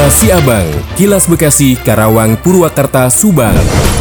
Kilas Siabang, Kilas Bekasi, Karawang, Purwakarta, Subang.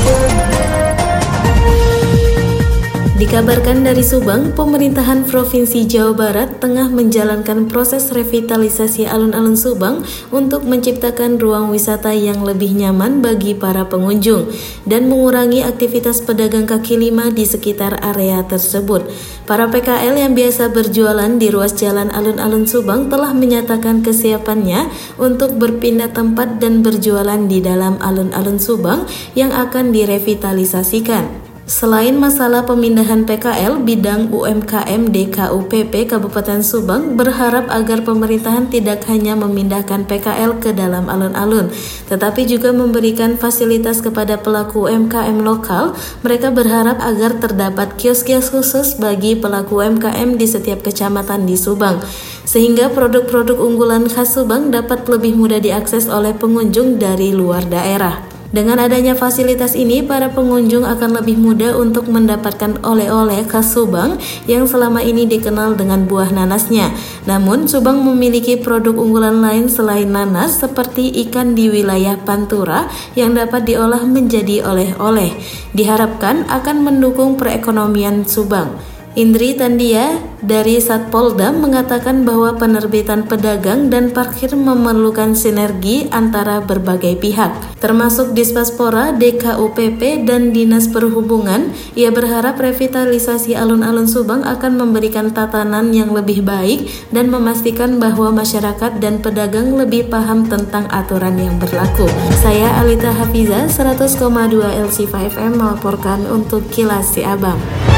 Dikabarkan dari Subang, pemerintahan Provinsi Jawa Barat tengah menjalankan proses revitalisasi alun-alun Subang untuk menciptakan ruang wisata yang lebih nyaman bagi para pengunjung dan mengurangi aktivitas pedagang kaki lima di sekitar area tersebut. Para PKL yang biasa berjualan di ruas jalan alun-alun Subang telah menyatakan kesiapannya untuk berpindah tempat dan berjualan di dalam alun-alun Subang yang akan direvitalisasikan. Selain masalah pemindahan PKL, bidang UMKM DKUPP Kabupaten Subang berharap agar pemerintahan tidak hanya memindahkan PKL ke dalam alun-alun, tetapi juga memberikan fasilitas kepada pelaku UMKM lokal. Mereka berharap agar terdapat kios-kios khusus bagi pelaku UMKM di setiap kecamatan di Subang, sehingga produk-produk unggulan khas Subang dapat lebih mudah diakses oleh pengunjung dari luar daerah. Dengan adanya fasilitas ini, para pengunjung akan lebih mudah untuk mendapatkan oleh-oleh khas Subang yang selama ini dikenal dengan buah nanasnya. Namun, Subang memiliki produk unggulan lain selain nanas seperti ikan di wilayah Pantura yang dapat diolah menjadi oleh-oleh. Diharapkan akan mendukung perekonomian Subang. Indri Tandia dari Satpolda mengatakan bahwa penerbitan pedagang dan parkir memerlukan sinergi antara berbagai pihak, termasuk Dispaspora, DKUPP, dan Dinas Perhubungan. Ia berharap revitalisasi alun-alun Subang akan memberikan tatanan yang lebih baik dan memastikan bahwa masyarakat dan pedagang lebih paham tentang aturan yang berlaku. Saya Alita Hafiza, 100,2 LC5 FM melaporkan untuk Kilas Siabang.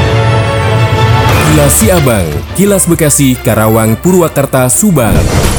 Kilas Siabang, Kilas Bekasi, Karawang, Purwakarta, Subang.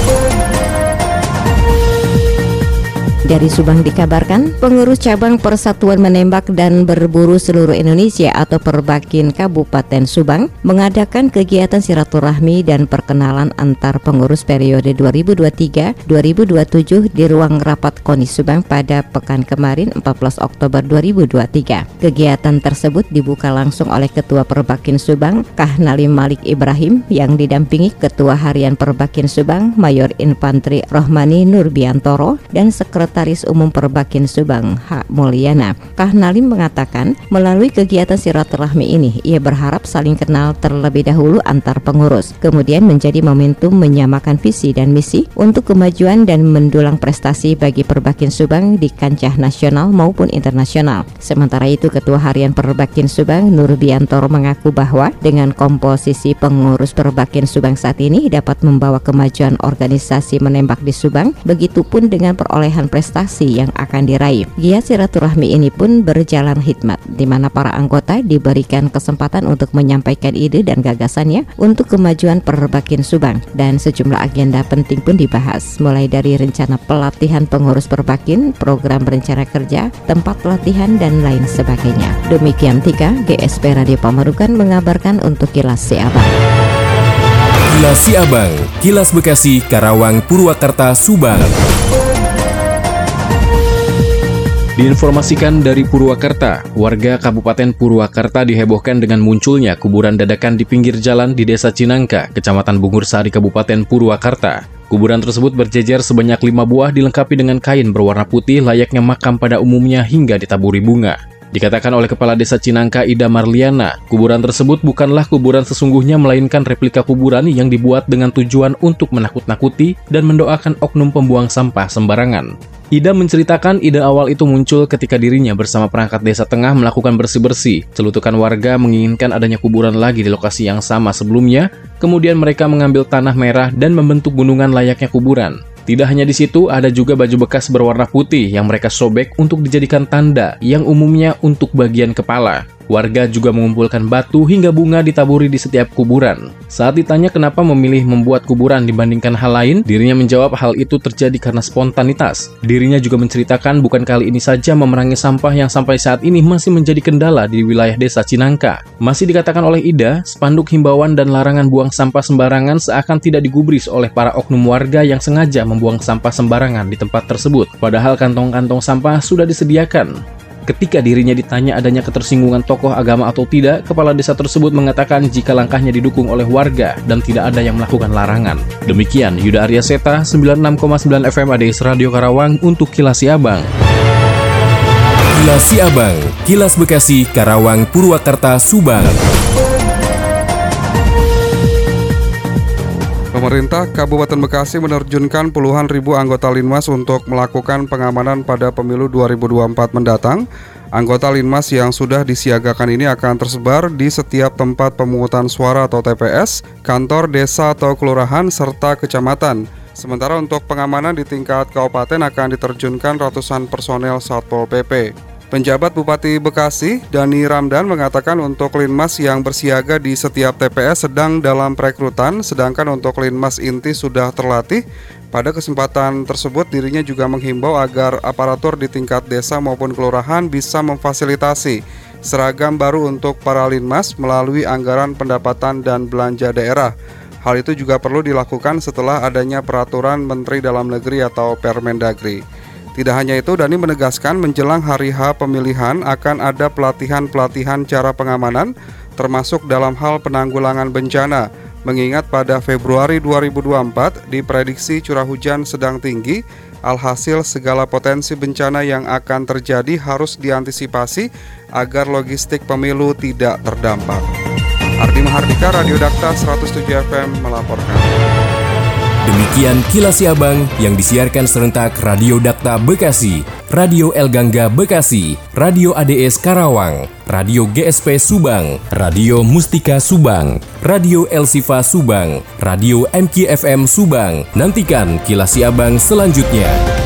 Dari Subang dikabarkan, pengurus cabang Persatuan Menembak dan Berburu Seluruh Indonesia atau Perbakin Kabupaten Subang mengadakan kegiatan silaturahmi dan perkenalan antar pengurus periode 2023-2027 di ruang rapat KONI Subang pada pekan kemarin 14 Oktober 2023. Kegiatan tersebut dibuka langsung oleh Ketua Perbakin Subang, Kah Nalim Malik Ibrahim, yang didampingi Ketua Harian Perbakin Subang, Mayor Infantri Rohmani Nurbiantoro, dan Sekretaris Umum Perbakin Subang, H. Mulyana. Kah Nalim mengatakan, melalui kegiatan silaturahmi ini, ia berharap saling kenal terlebih dahulu antar pengurus, kemudian menjadi momentum menyamakan visi dan misi untuk kemajuan dan mendulang prestasi bagi Perbakin Subang di kancah nasional maupun internasional. Sementara itu, Ketua Harian Perbakin Subang, Nurbiantoro, mengaku bahwa dengan komposisi pengurus Perbakin Subang saat ini dapat membawa kemajuan organisasi menembak di Subang, begitupun dengan perolehan prestasi yang akan diraih. Giat silaturahmi ini pun berjalan hikmat, di mana para anggota diberikan kesempatan untuk menyampaikan ide dan gagasannya untuk kemajuan Perbakin Subang, dan sejumlah agenda penting pun dibahas, mulai dari rencana pelatihan pengurus Perbakin, program rencana kerja, tempat pelatihan, dan lain sebagainya. Demikian Tika, GSP Radio Pamanukan mengabarkan untuk Kilas Siabang. Kilas Siabang, Kilas Bekasi, Karawang, Purwakarta, Subang. Diinformasikan dari Purwakarta, warga Kabupaten Purwakarta dihebohkan dengan munculnya kuburan dadakan di pinggir jalan di Desa Cinangka, Kecamatan Bungursari, Kabupaten Purwakarta. Kuburan tersebut berjejer sebanyak 5 buah dilengkapi dengan kain berwarna putih layaknya makam pada umumnya hingga ditaburi bunga. Dikatakan oleh Kepala Desa Cinangka, Ida Marliana, kuburan tersebut bukanlah kuburan sesungguhnya melainkan replika kuburan yang dibuat dengan tujuan untuk menakut-nakuti dan mendoakan oknum pembuang sampah sembarangan. Ida menceritakan ide awal itu muncul ketika dirinya bersama perangkat desa tengah melakukan bersih-bersih. Celutukan warga menginginkan adanya kuburan lagi di lokasi yang sama sebelumnya, kemudian mereka mengambil tanah merah dan membentuk gunungan layaknya kuburan. Tidak hanya di situ, ada juga baju bekas berwarna putih yang mereka sobek untuk dijadikan tanda yang umumnya untuk bagian kepala. Warga juga mengumpulkan batu hingga bunga ditaburi di setiap kuburan. Saat ditanya kenapa memilih membuat kuburan dibandingkan hal lain, dirinya menjawab hal itu terjadi karena spontanitas. Dirinya juga menceritakan bukan kali ini saja memerangi sampah yang sampai saat ini masih menjadi kendala di wilayah Desa Cinangka. Masih dikatakan oleh Ida, spanduk himbauan dan larangan buang sampah sembarangan seakan tidak digubris oleh para oknum warga yang sengaja membuang sampah sembarangan di tempat tersebut. Padahal kantong-kantong sampah sudah disediakan. Ketika dirinya ditanya adanya ketersinggungan tokoh agama atau tidak, kepala desa tersebut mengatakan jika langkahnya didukung oleh warga dan tidak ada yang melakukan larangan. Demikian Yuda Arya Seta, 96,9 FM ADS Radio Karawang untuk Kilas Siabang. Kilas Siabang, Kilas Bekasi, Karawang, Purwakarta, Subang. Pemerintah Kabupaten Bekasi menerjunkan puluhan ribu anggota Linmas untuk melakukan pengamanan pada pemilu 2024 mendatang. Anggota Linmas yang sudah disiagakan ini akan tersebar di setiap tempat pemungutan suara atau TPS, kantor desa atau kelurahan, serta kecamatan. Sementara untuk pengamanan di tingkat kabupaten akan diterjunkan ratusan personel Satpol PP. Penjabat Bupati Bekasi, Dani Ramdan, mengatakan untuk Linmas yang bersiaga di setiap TPS sedang dalam perekrutan, sedangkan untuk Linmas inti sudah terlatih. Pada kesempatan tersebut, dirinya juga menghimbau agar aparatur di tingkat desa maupun kelurahan bisa memfasilitasi seragam baru untuk para Linmas melalui anggaran pendapatan dan belanja daerah. Hal itu juga perlu dilakukan setelah adanya peraturan Menteri Dalam Negeri atau Permendagri. Tidak hanya itu, Dani menegaskan menjelang hari H pemilihan akan ada pelatihan-pelatihan cara pengamanan, termasuk dalam hal penanggulangan bencana, mengingat pada Februari 2024 diprediksi curah hujan sedang tinggi, alhasil segala potensi bencana yang akan terjadi harus diantisipasi agar logistik pemilu tidak terdampak. Ardi Mahardika, Radio Dakta 107 FM melaporkan. Demikian Kilas Siabang yang disiarkan serentak Radio Dakta Bekasi, Radio El Gangga Bekasi, Radio ADS Karawang, Radio GSP Subang, Radio Mustika Subang, Radio El Sifa Subang, Radio MKFM Subang. Nantikan Kilas Siabang selanjutnya.